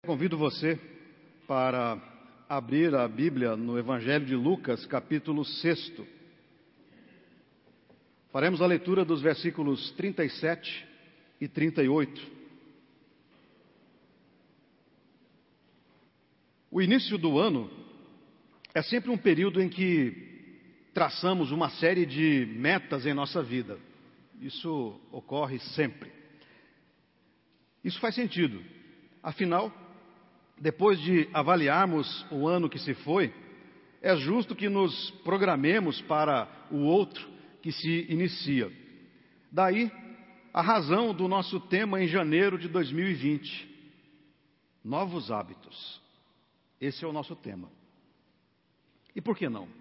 Convido você para abrir a Bíblia no Evangelho de Lucas, capítulo 6. Faremos a leitura dos versículos 37 e 38. O início do ano é sempre um período em que traçamos uma série de metas em nossa vida. Isso ocorre sempre. Isso faz sentido. Afinal, depois de avaliarmos o ano que se foi, é justo que nos programemos para o outro que se inicia. Daí, a razão do nosso tema em janeiro de 2020. Novos hábitos. Esse é o nosso tema. E por que não?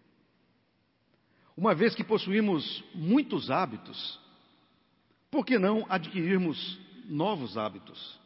Uma vez que possuímos muitos hábitos, por que não adquirirmos novos hábitos?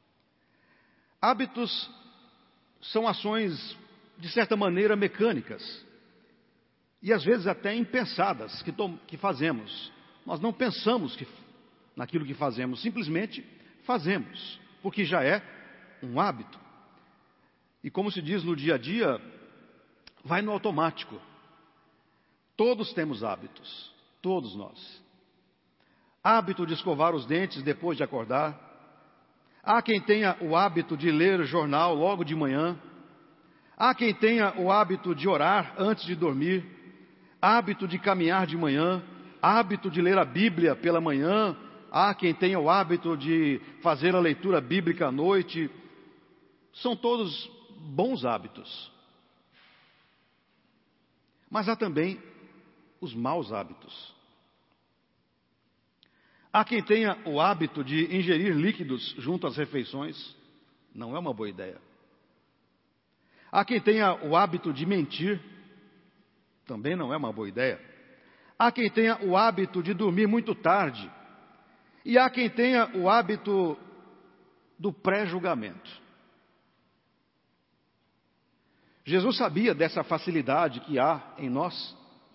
Hábitos são ações, de certa maneira, mecânicas. E às vezes até impensadas que fazemos. Nós não pensamos naquilo que fazemos, simplesmente fazemos, porque já é um hábito. E como se diz no dia a dia, vai no automático. Todos temos hábitos, todos nós. Hábito de escovar os dentes depois de acordar. Há quem tenha o hábito de ler jornal logo de manhã. Há quem tenha o hábito de orar antes de dormir. Hábito de caminhar de manhã. Hábito de ler a Bíblia pela manhã. Há quem tenha o hábito de fazer a leitura bíblica à noite. São todos bons hábitos. Mas há também os maus hábitos. Há quem tenha o hábito de ingerir líquidos junto às refeições. Não é uma boa ideia. Há quem tenha o hábito de mentir. Também não é uma boa ideia. Há quem tenha o hábito de dormir muito tarde. E há quem tenha o hábito do pré-julgamento. Jesus sabia dessa facilidade que há em nós.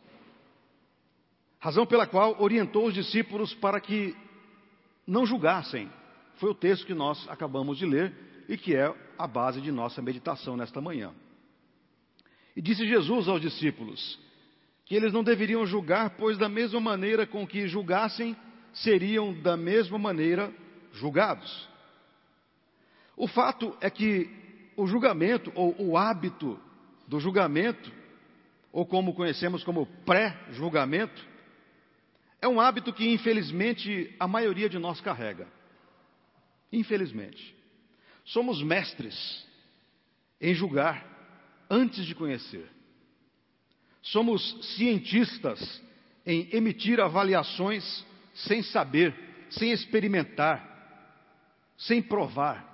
Razão pela qual orientou os discípulos para que não julgassem. Foi o texto que nós acabamos de ler e que é a base de nossa meditação nesta manhã. E disse Jesus aos discípulos que eles não deveriam julgar, pois da mesma maneira com que julgassem, seriam da mesma maneira julgados. O fato é que o julgamento, ou o hábito do julgamento, ou como conhecemos como pré-julgamento, é um hábito que, infelizmente, a maioria de nós carrega. Infelizmente. Somos mestres em julgar antes de conhecer. Somos cientistas em emitir avaliações sem saber, sem experimentar, sem provar.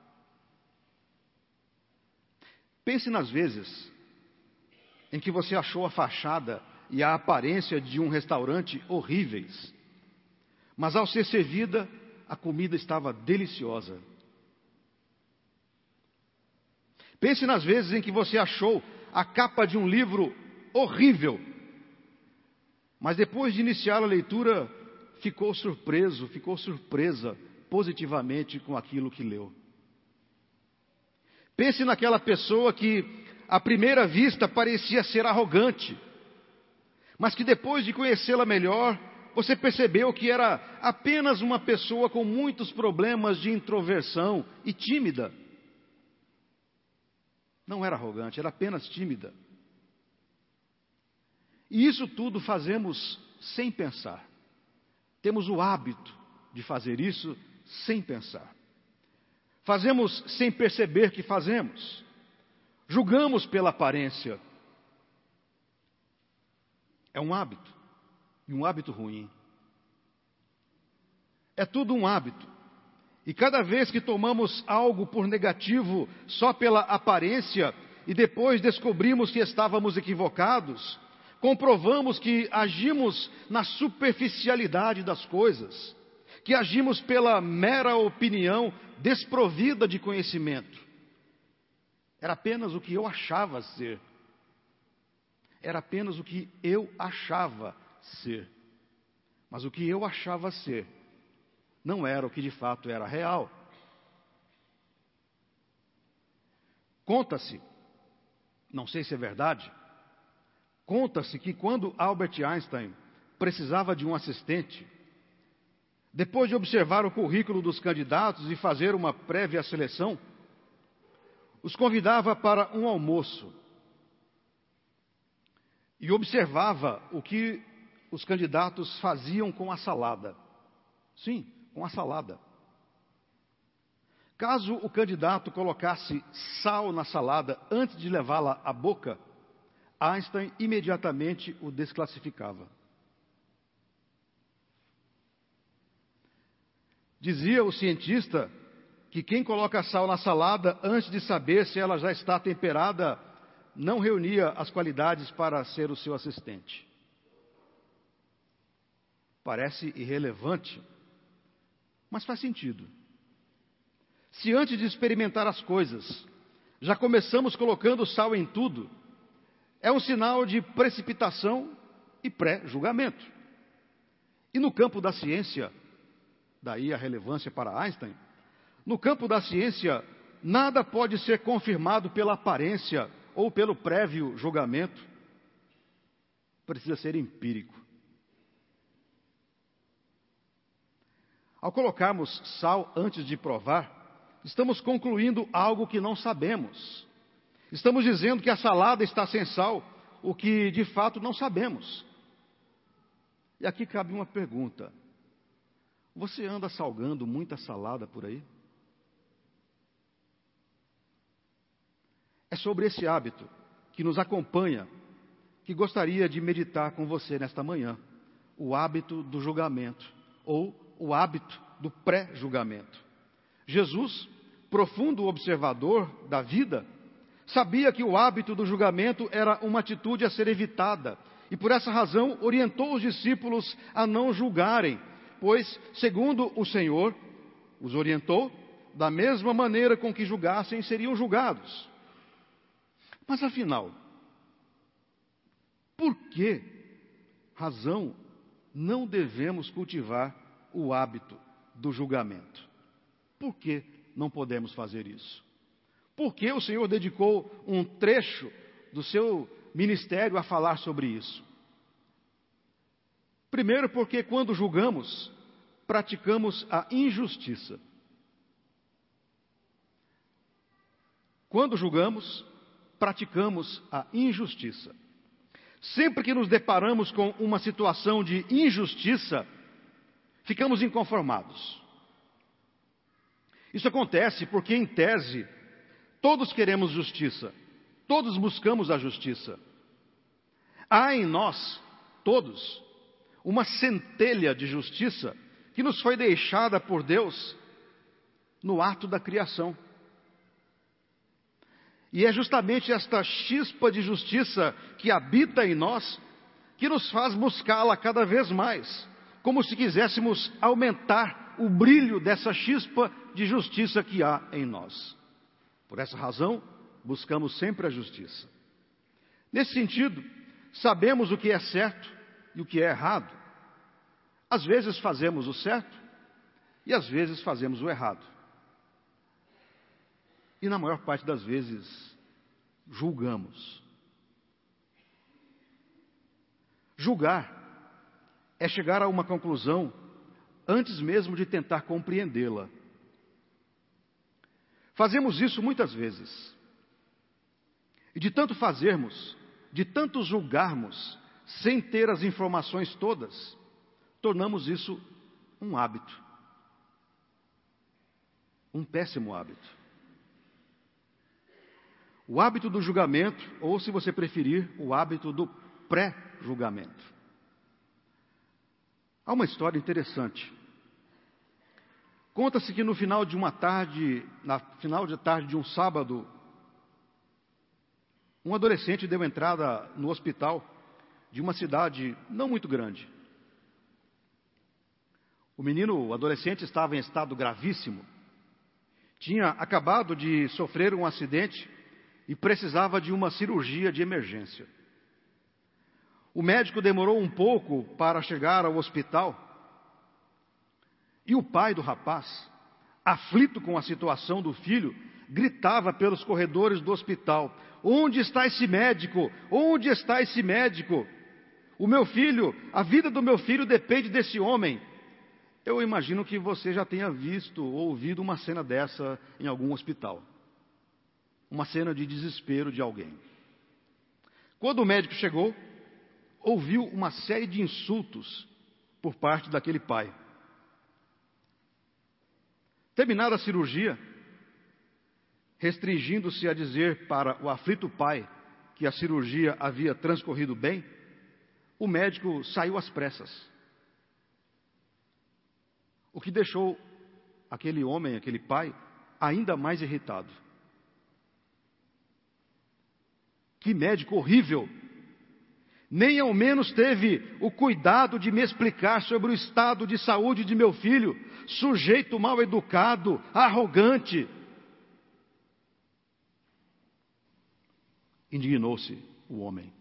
Pense nas vezes em que você achou a fachada e a aparência de um restaurante horríveis, mas ao ser servida, a comida estava deliciosa. Pense nas vezes em que você achou a capa de um livro horrível, mas depois de iniciar a leitura, ficou surpresa positivamente com aquilo que leu. Pense naquela pessoa que, à primeira vista, parecia ser arrogante, mas que depois de conhecê-la melhor, você percebeu que era apenas uma pessoa com muitos problemas de introversão e tímida. Não era arrogante, era apenas tímida. E isso tudo fazemos sem pensar. Temos o hábito de fazer isso sem pensar. Fazemos sem perceber que fazemos. Julgamos pela aparência. É um hábito, e um hábito ruim. É tudo um hábito. E cada vez que tomamos algo por negativo só pela aparência e depois descobrimos que estávamos equivocados, comprovamos que agimos na superficialidade das coisas, que agimos pela mera opinião desprovida de conhecimento. Era apenas o que eu achava ser. Era apenas o que eu achava ser. Mas o que eu achava ser não era o que de fato era real. Conta-se, não sei se é verdade, conta-se que quando Albert Einstein precisava de um assistente, depois de observar o currículo dos candidatos e fazer uma prévia seleção, os convidava para um almoço e observava o que os candidatos faziam com a salada. Sim, com a salada. Caso o candidato colocasse sal na salada antes de levá-la à boca, Einstein imediatamente o desclassificava. Dizia o cientista que quem coloca sal na salada antes de saber se ela já está temperada não reunia as qualidades para ser o seu assistente. Parece irrelevante, mas faz sentido. Se antes de experimentar as coisas, já começamos colocando sal em tudo, é um sinal de precipitação e pré-julgamento. E no campo da ciência, daí a relevância para Einstein, no campo da ciência, nada pode ser confirmado pela aparência ou pelo prévio julgamento. Precisa ser empírico. Ao colocarmos sal antes de provar, estamos concluindo algo que não sabemos. Estamos dizendo que a salada está sem sal, o que de fato não sabemos. E aqui cabe uma pergunta. Você anda salgando muita salada por aí? É sobre esse hábito que nos acompanha que gostaria de meditar com você nesta manhã. O hábito do julgamento, ou o hábito do pré-julgamento. Jesus, profundo observador da vida, sabia que o hábito do julgamento era uma atitude a ser evitada e por essa razão orientou os discípulos a não julgarem, pois, segundo o Senhor, os orientou, da mesma maneira com que julgassem seriam julgados. Mas afinal, por que razão não devemos cultivar o hábito do julgamento? Por que não podemos fazer isso? Por que o Senhor dedicou um trecho do seu ministério a falar sobre isso? Primeiro, porque quando julgamos, praticamos a injustiça. Quando julgamos, praticamos a injustiça. Sempre que nos deparamos com uma situação de injustiça, ficamos inconformados. Isso acontece porque, em tese, todos queremos justiça, todos buscamos a justiça. Há em nós, todos, uma centelha de justiça que nos foi deixada por Deus no ato da criação. E é justamente esta chispa de justiça que habita em nós que nos faz buscá-la cada vez mais, como se quiséssemos aumentar o brilho dessa chispa de justiça que há em nós. Por essa razão, buscamos sempre a justiça. Nesse sentido, sabemos o que é certo e o que é errado. Às vezes fazemos o certo e às vezes fazemos o errado. E na maior parte das vezes, julgamos. Julgar é chegar a uma conclusão antes mesmo de tentar compreendê-la. Fazemos isso muitas vezes. E de tanto fazermos, de tanto julgarmos, sem ter as informações todas, tornamos isso um hábito. Um péssimo hábito. O hábito do julgamento, ou se você preferir, o hábito do pré-julgamento. Há uma história interessante. Conta-se que no final de tarde de um sábado, um adolescente deu entrada no hospital de uma cidade não muito grande. O adolescente, estava em estado gravíssimo. Tinha acabado de sofrer um acidente e precisava de uma cirurgia de emergência. O médico demorou um pouco para chegar ao hospital e o pai do rapaz aflito com a situação do filho, gritava pelos corredores do hospital: onde está esse médico? Onde está esse médico? O meu filho, a vida do meu filho depende desse homem. Eu imagino que você já tenha visto ou ouvido uma cena dessa em algum hospital. Uma cena de desespero de alguém. Quando o médico chegou, ouviu uma série de insultos por parte daquele pai. Terminada a cirurgia, restringindo-se a dizer para o aflito pai que a cirurgia havia transcorrido bem, o médico saiu às pressas. O que deixou aquele homem, aquele pai, ainda mais irritado. Que médico horrível! Nem ao menos teve o cuidado de me explicar sobre o estado de saúde de meu filho, sujeito mal educado, arrogante. Indignou-se o homem.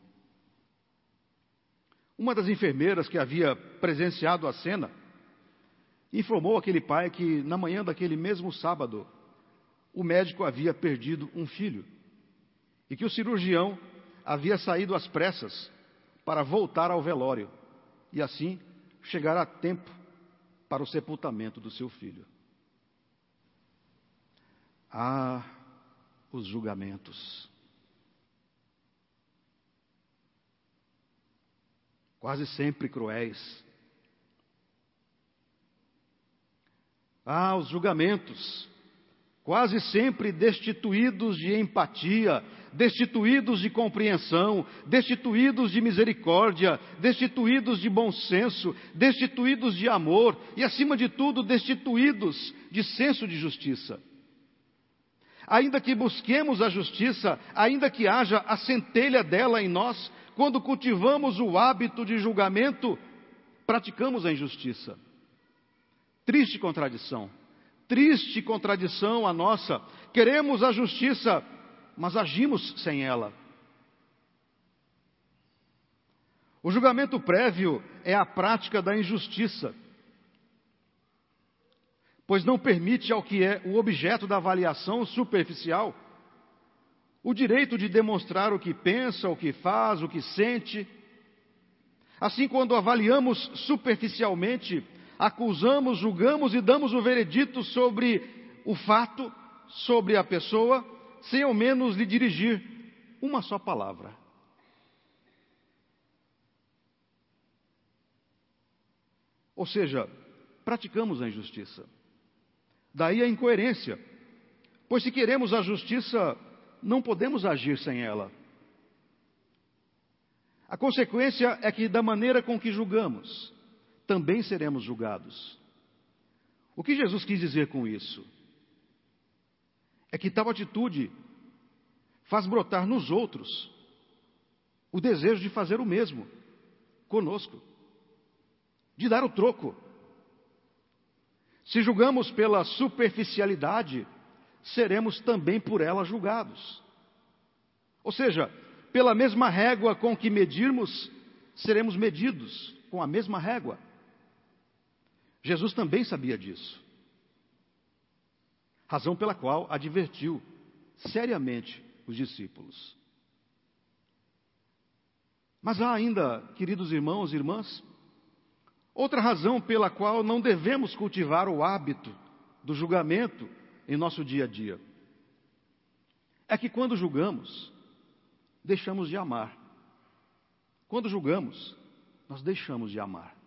Uma das enfermeiras que havia presenciado a cena informou aquele pai que na manhã daquele mesmo sábado o médico havia perdido um filho e que o cirurgião havia saído às pressas para voltar ao velório e assim chegar a tempo para o sepultamento do seu filho. Ah, os julgamentos. Quase sempre cruéis. Ah, os julgamentos, quase sempre destituídos de empatia, destituídos de compreensão, destituídos de misericórdia, destituídos de bom senso, destituídos de amor e, acima de tudo, destituídos de senso de justiça. Ainda que busquemos a justiça, ainda que haja a centelha dela em nós, quando cultivamos o hábito de julgamento, praticamos a injustiça. Triste contradição a nossa. Queremos a justiça, mas agimos sem ela. O julgamento prévio é a prática da injustiça, pois não permite ao que é o objeto da avaliação superficial o direito de demonstrar o que pensa, o que faz, o que sente. Assim, quando avaliamos superficialmente, acusamos, julgamos e damos o veredito sobre o fato, sobre a pessoa, sem ao menos lhe dirigir uma só palavra. Ou seja, praticamos a injustiça. Daí a incoerência, pois se queremos a justiça, não podemos agir sem ela. A consequência é que, da maneira com que julgamos, também seremos julgados. O que Jesus quis dizer com isso? É que tal atitude faz brotar nos outros o desejo de fazer o mesmo conosco, de dar o troco. Se julgamos pela superficialidade, seremos também por ela julgados. Ou seja, pela mesma régua com que medirmos, seremos medidos com a mesma régua. Jesus também sabia disso. Razão pela qual advertiu seriamente os discípulos. Mas há ainda, queridos irmãos e irmãs, outra razão pela qual não devemos cultivar o hábito do julgamento em nosso dia a dia. É que quando julgamos, deixamos de amar. Quando julgamos, nós deixamos de amar.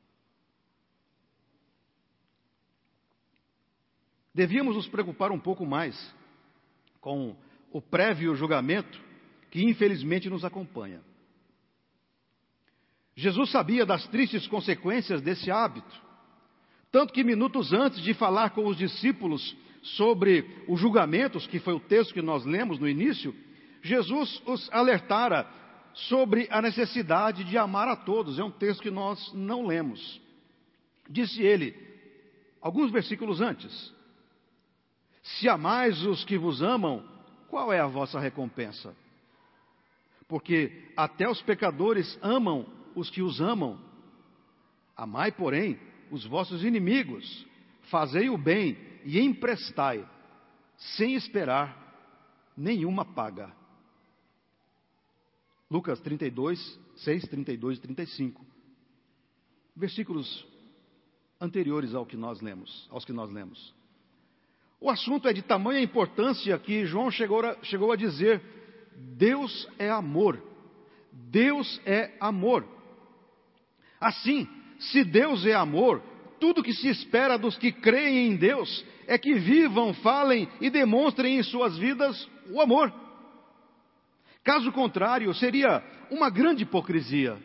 Devíamos nos preocupar um pouco mais com o prévio julgamento que infelizmente nos acompanha. Jesus sabia das tristes consequências desse hábito, tanto que minutos antes de falar com os discípulos sobre os julgamentos, que foi o texto que nós lemos no início, Jesus os alertara sobre a necessidade de amar a todos. É um texto que nós não lemos. Disse ele, alguns versículos antes: se amais os que vos amam, qual é a vossa recompensa? Porque até os pecadores amam os que os amam. Amai, porém, os vossos inimigos, fazei o bem e emprestai, sem esperar nenhuma paga. Lucas 32, 6, 32 e 35. Versículos anteriores aos que nós lemos. O assunto é de tamanha importância que João chegou a dizer: Deus é amor. Deus é amor. Assim, se Deus é amor, tudo que se espera dos que creem em Deus é que vivam, falem e demonstrem em suas vidas o amor. Caso contrário, seria uma grande hipocrisia.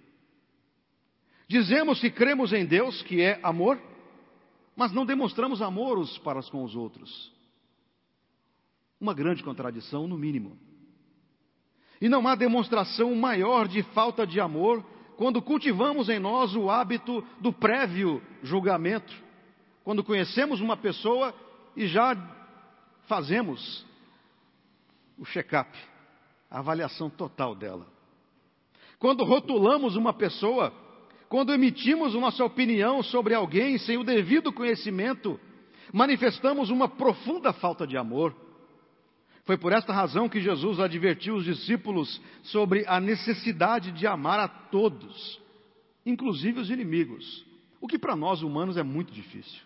Dizemos que cremos em Deus, que é amor, mas não demonstramos amor uns para com os outros. Uma grande contradição, no mínimo. E não há demonstração maior de falta de amor quando cultivamos em nós o hábito do prévio julgamento. Quando conhecemos uma pessoa e já fazemos o check-up, a avaliação total dela. Quando rotulamos uma pessoa, quando emitimos nossa opinião sobre alguém sem o devido conhecimento, manifestamos uma profunda falta de amor. Foi por esta razão que Jesus advertiu os discípulos sobre a necessidade de amar a todos, inclusive os inimigos, o que para nós humanos é muito difícil.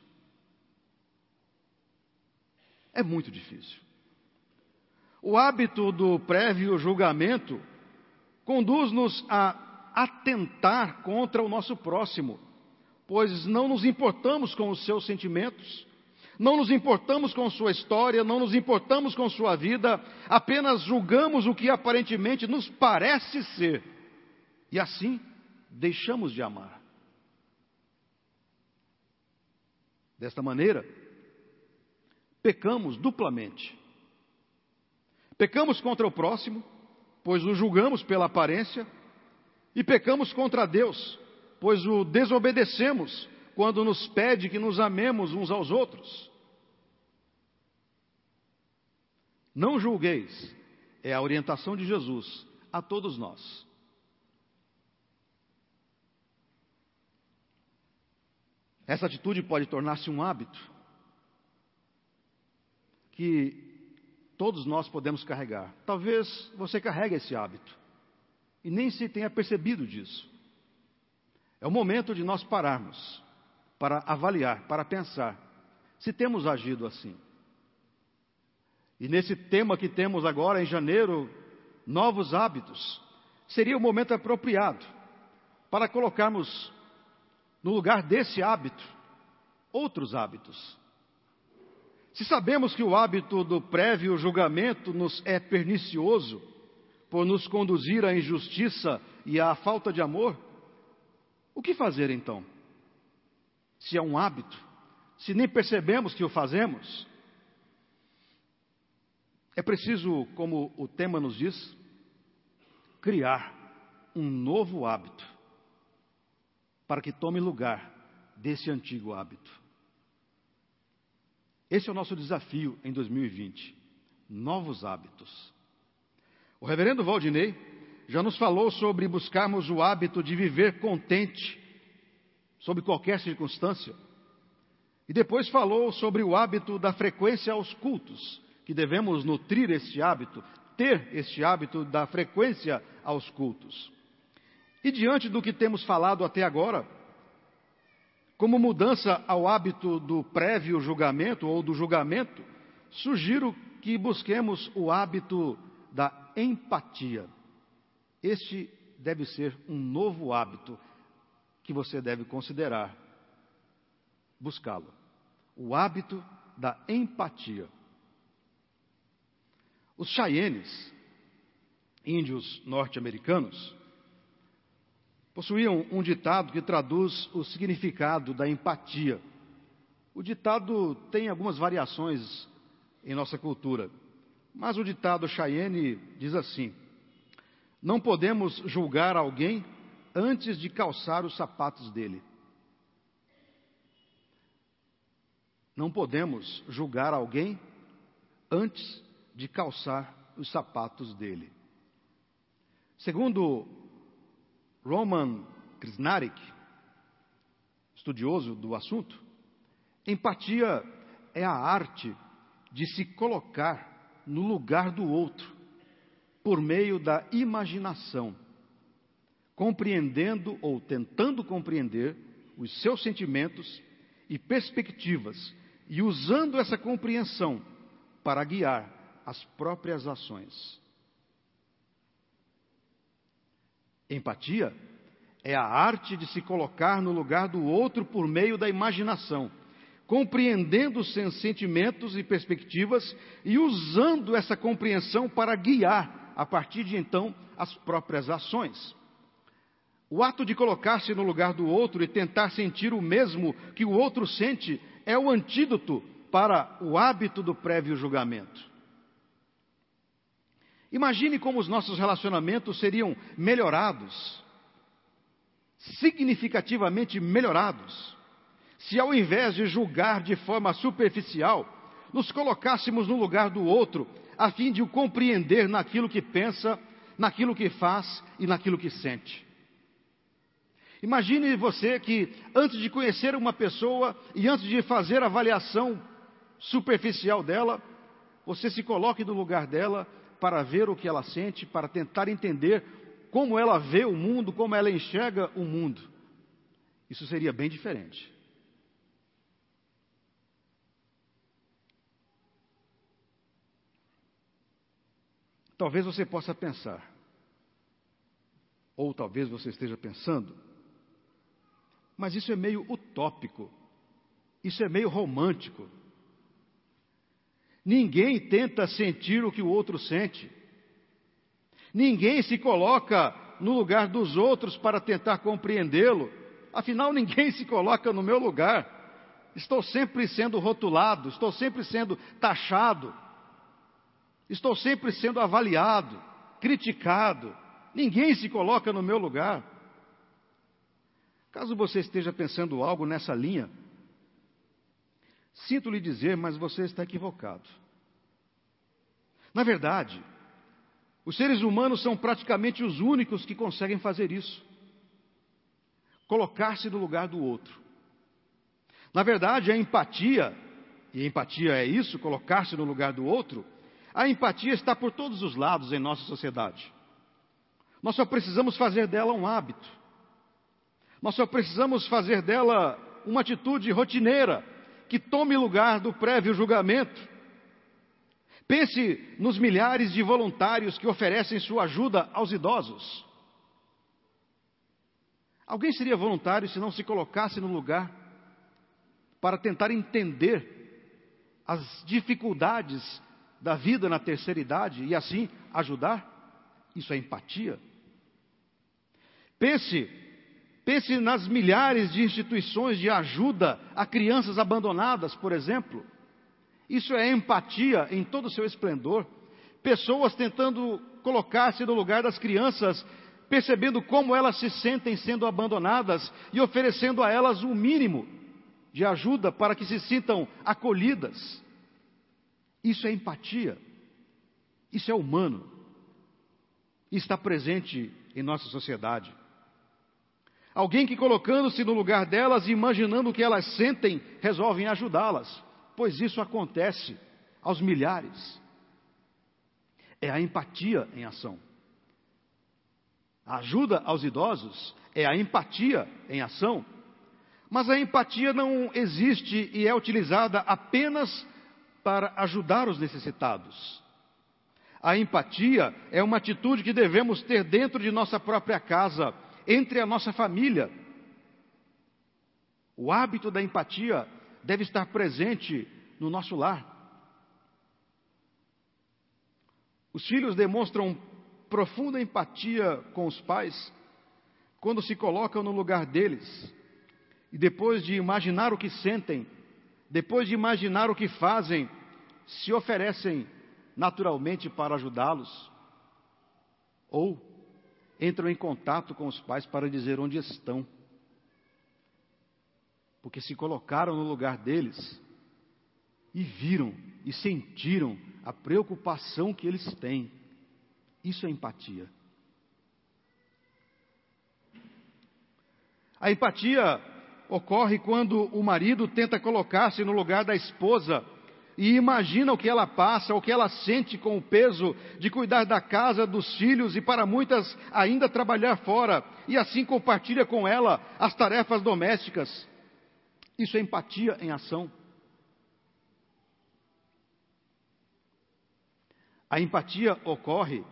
É muito difícil. O hábito do prévio julgamento conduz-nos a atentar contra o nosso próximo, pois não nos importamos com os seus sentimentos, não nos importamos com sua história, não nos importamos com sua vida, apenas julgamos o que aparentemente nos parece ser, e assim deixamos de amar. Desta maneira, pecamos duplamente. Pecamos contra o próximo, pois o julgamos pela aparência, e pecamos contra Deus, pois o desobedecemos quando nos pede que nos amemos uns aos outros. Não julgueis, é a orientação de Jesus a todos nós. Essa atitude pode tornar-se um hábito que todos nós podemos carregar. Talvez você carregue esse hábito e nem se tenha percebido disso. É o momento de nós pararmos para avaliar, para pensar se temos agido assim. E nesse tema que temos agora em janeiro, novos hábitos, seria o momento apropriado para colocarmos no lugar desse hábito outros hábitos. Se sabemos que o hábito do prévio julgamento nos é pernicioso, por nos conduzir à injustiça e à falta de amor, o que fazer então? Se é um hábito, se nem percebemos que o fazemos, é preciso, como o tema nos diz, criar um novo hábito para que tome lugar desse antigo hábito. Esse é o nosso desafio em 2020, novos hábitos. O reverendo Valdinei já nos falou sobre buscarmos o hábito de viver contente, sob qualquer circunstância. E depois falou sobre o hábito da frequência aos cultos, que devemos nutrir este hábito, ter este hábito da frequência aos cultos. E diante do que temos falado até agora, como mudança ao hábito do prévio julgamento ou do julgamento, sugiro que busquemos o hábito da empatia. Este deve ser um novo hábito que você deve considerar, buscá-lo. O hábito da empatia. Os Cheyennes, índios norte-americanos, possuíam um ditado que traduz o significado da empatia. O ditado tem algumas variações em nossa cultura, mas o ditado Cheyenne diz assim: não podemos julgar alguém antes de calçar os sapatos dele. Não podemos julgar alguém antes de calçar os sapatos dele. Segundo Roman Krznaric, estudioso do assunto, empatia é a arte de se colocar no lugar do outro, por meio da imaginação, compreendendo ou tentando compreender os seus sentimentos e perspectivas, e usando essa compreensão para guiar as próprias ações. Empatia é a arte de se colocar no lugar do outro por meio da imaginação, compreendendo os seus sentimentos e perspectivas e usando essa compreensão para guiar, a partir de então, as próprias ações. O ato de colocar-se no lugar do outro e tentar sentir o mesmo que o outro sente é o antídoto para o hábito do prévio julgamento. Imagine como os nossos relacionamentos seriam melhorados, significativamente melhorados, se ao invés de julgar de forma superficial, nos colocássemos no lugar do outro, a fim de o compreender naquilo que pensa, naquilo que faz e naquilo que sente. Imagine você que, antes de conhecer uma pessoa e antes de fazer a avaliação superficial dela, você se coloque no lugar dela para ver o que ela sente, para tentar entender como ela vê o mundo, como ela enxerga o mundo. Isso seria bem diferente. Talvez você possa pensar, ou talvez você esteja pensando, mas isso é meio utópico, isso é meio romântico. Ninguém tenta sentir o que o outro sente. Ninguém se coloca no lugar dos outros para tentar compreendê-lo. Afinal, ninguém se coloca no meu lugar. Estou sempre sendo rotulado, estou sempre sendo taxado, estou sempre sendo avaliado, criticado. Ninguém se coloca no meu lugar. Caso você esteja pensando algo nessa linha, sinto lhe dizer, mas você está equivocado. Na verdade, os seres humanos são praticamente os únicos que conseguem fazer isso. Colocar-se no lugar do outro. Na verdade, a empatia, e a empatia é isso, colocar-se no lugar do outro, a empatia está por todos os lados em nossa sociedade. Nós só precisamos fazer dela um hábito. Nós só precisamos fazer dela uma atitude rotineira, que tome lugar do prévio julgamento. Pense nos milhares de voluntários que oferecem sua ajuda aos idosos. Alguém seria voluntário se não se colocasse no lugar para tentar entender as dificuldades da vida na terceira idade e assim ajudar? Isso é empatia. Pense nas milhares de instituições de ajuda a crianças abandonadas, por exemplo. Isso é empatia em todo o seu esplendor. Pessoas tentando colocar-se no lugar das crianças, percebendo como elas se sentem sendo abandonadas e oferecendo a elas o mínimo de ajuda para que se sintam acolhidas. Isso é empatia. Isso é humano. E está presente em nossa sociedade. Alguém que, colocando-se no lugar delas e imaginando o que elas sentem, resolvem ajudá-las, pois isso acontece aos milhares. É a empatia em ação. A ajuda aos idosos é a empatia em ação. Mas a empatia não existe e é utilizada apenas para ajudar os necessitados. A empatia é uma atitude que devemos ter dentro de nossa própria casa, entre a nossa família. O hábito da empatia deve estar presente no nosso lar. Os filhos demonstram profunda empatia com os pais quando se colocam no lugar deles e depois de imaginar o que sentem, depois de imaginar o que fazem, se oferecem naturalmente para ajudá-los ou entram em contato com os pais para dizer onde estão. Porque se colocaram no lugar deles e viram e sentiram a preocupação que eles têm. Isso é empatia. A empatia ocorre quando o marido tenta colocar-se no lugar da esposa e imagina o que ela passa, o que ela sente com o peso de cuidar da casa, dos filhos e para muitas ainda trabalhar fora, e assim compartilha com ela as tarefas domésticas. Isso é empatia em ação. A empatia ocorre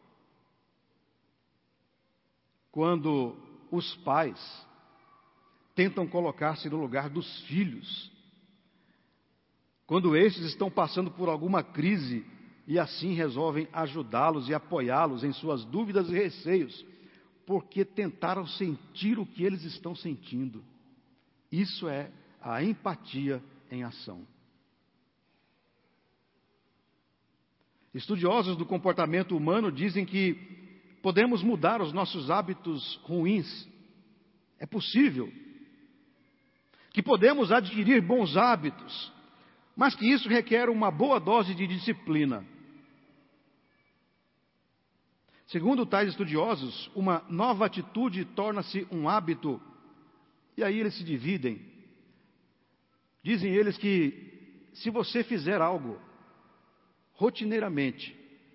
quando os pais tentam colocar-se no lugar dos filhos, quando estes estão passando por alguma crise e assim resolvem ajudá-los e apoiá-los em suas dúvidas e receios, porque tentaram sentir o que eles estão sentindo. Isso é a empatia em ação. Estudiosos do comportamento humano dizem que podemos mudar os nossos hábitos ruins. É possível. Que podemos adquirir bons hábitos, mas que isso requer uma boa dose de disciplina. Segundo tais estudiosos, uma nova atitude torna-se um hábito, e aí eles se dividem. Dizem eles que se você fizer algo rotineiramente,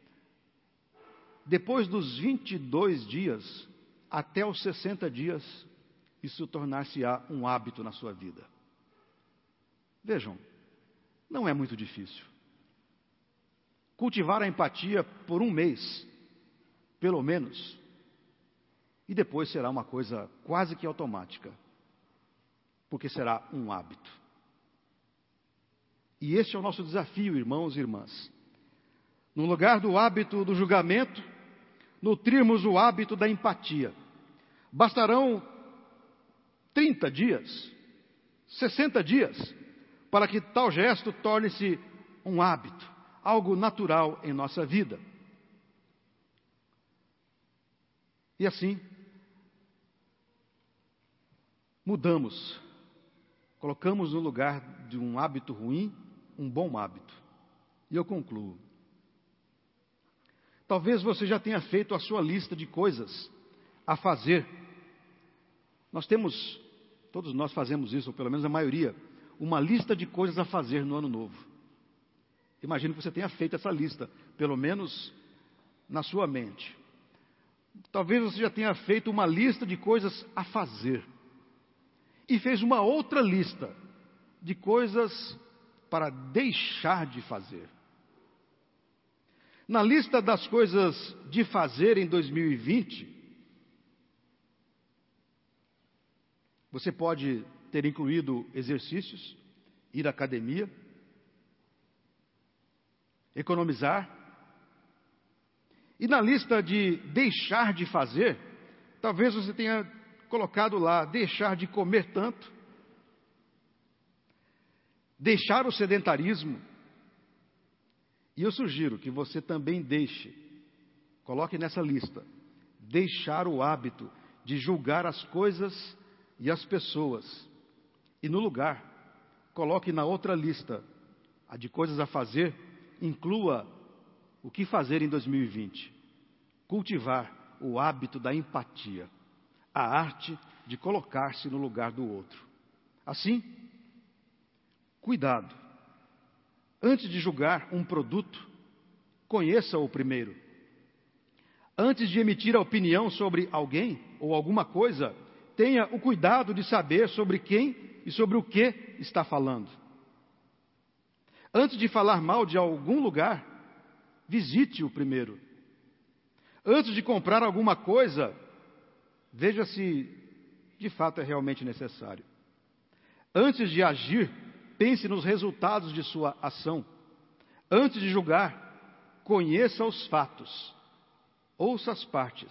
depois dos 22 dias até os 60 dias, isso tornar-se-á um hábito na sua vida. Vejam, não é muito difícil. Cultivar a empatia por um mês, pelo menos, e depois será uma coisa quase que automática, porque será um hábito. E este é o nosso desafio, irmãos e irmãs. No lugar do hábito do julgamento, nutrirmos o hábito da empatia. Bastarão 30 dias, 60 dias, para que tal gesto torne-se um hábito, algo natural em nossa vida. E assim, mudamos, colocamos no lugar de um hábito ruim, um bom hábito. E eu concluo. Talvez você já tenha feito a sua lista de coisas a fazer. Todos nós fazemos isso, ou pelo menos a maioria, uma lista de coisas a fazer no ano novo. Imagino que você tenha feito essa lista, pelo menos na sua mente. Talvez você já tenha feito uma lista de coisas a fazer. E fez uma outra lista de coisas para deixar de fazer. Na lista das coisas de fazer em 2020, você pode ter incluído exercícios, ir à academia, economizar. E na lista de deixar de fazer, talvez você tenha colocado lá, deixar de comer tanto, deixar o sedentarismo. E eu sugiro que você também coloque nessa lista, deixar o hábito de julgar as coisas e as pessoas. E no lugar, coloque na outra lista, a de coisas a fazer, inclua o que fazer em 2020. Cultivar o hábito da empatia, a arte de colocar-se no lugar do outro. Assim, cuidado. Antes de julgar um produto, conheça-o primeiro. Antes de emitir a opinião sobre alguém ou alguma coisa, tenha o cuidado de saber sobre quem e sobre o que está falando. Antes de falar mal de algum lugar, visite-o primeiro. Antes de comprar alguma coisa, veja se de fato é realmente necessário. Antes de agir, pense nos resultados de sua ação. Antes de julgar, conheça os fatos. Ouça as partes.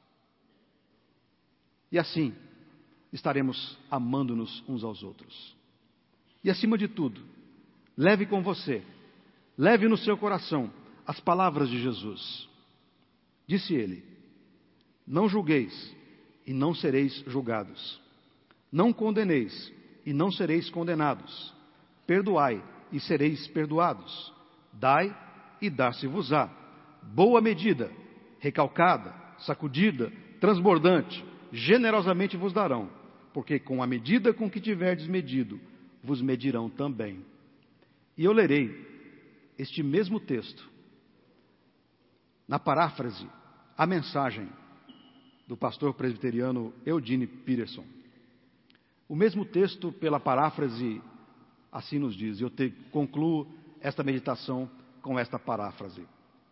E assim, estaremos amando-nos uns aos outros. E acima de tudo, leve com você, leve no seu coração as palavras de Jesus. Disse ele: não julgueis e não sereis julgados. Não condeneis e não sereis condenados. Perdoai e sereis perdoados. Dai e dar-se-vos-á. Boa medida, recalcada, sacudida, transbordante, generosamente vos darão. porque com a medida com que tiverdes medido, vos medirão também. E eu lerei este mesmo texto, na paráfrase, a mensagem do pastor presbiteriano Eugene Peterson. O mesmo texto, pela paráfrase, assim nos diz. Eu concluo esta meditação com esta paráfrase.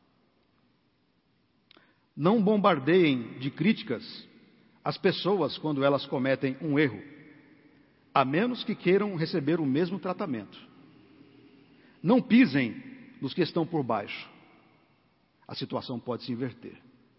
Não bombardeiem de críticas as pessoas quando elas cometem um erro, a menos que queiram receber o mesmo tratamento. Não pisem nos que estão por baixo. A situação pode se inverter.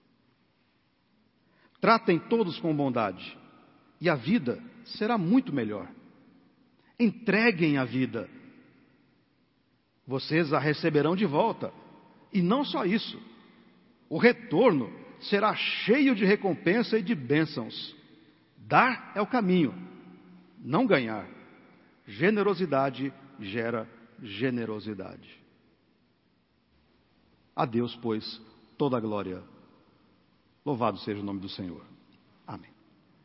Tratem todos com bondade, e a vida será muito melhor. Entreguem a vida. Vocês a receberão de volta. E não só isso, o retorno será cheio de recompensa e de bênçãos. Dar é o caminho, não ganhar. Generosidade gera generosidade. A Deus, pois, toda a glória. Louvado seja o nome do Senhor. Amém.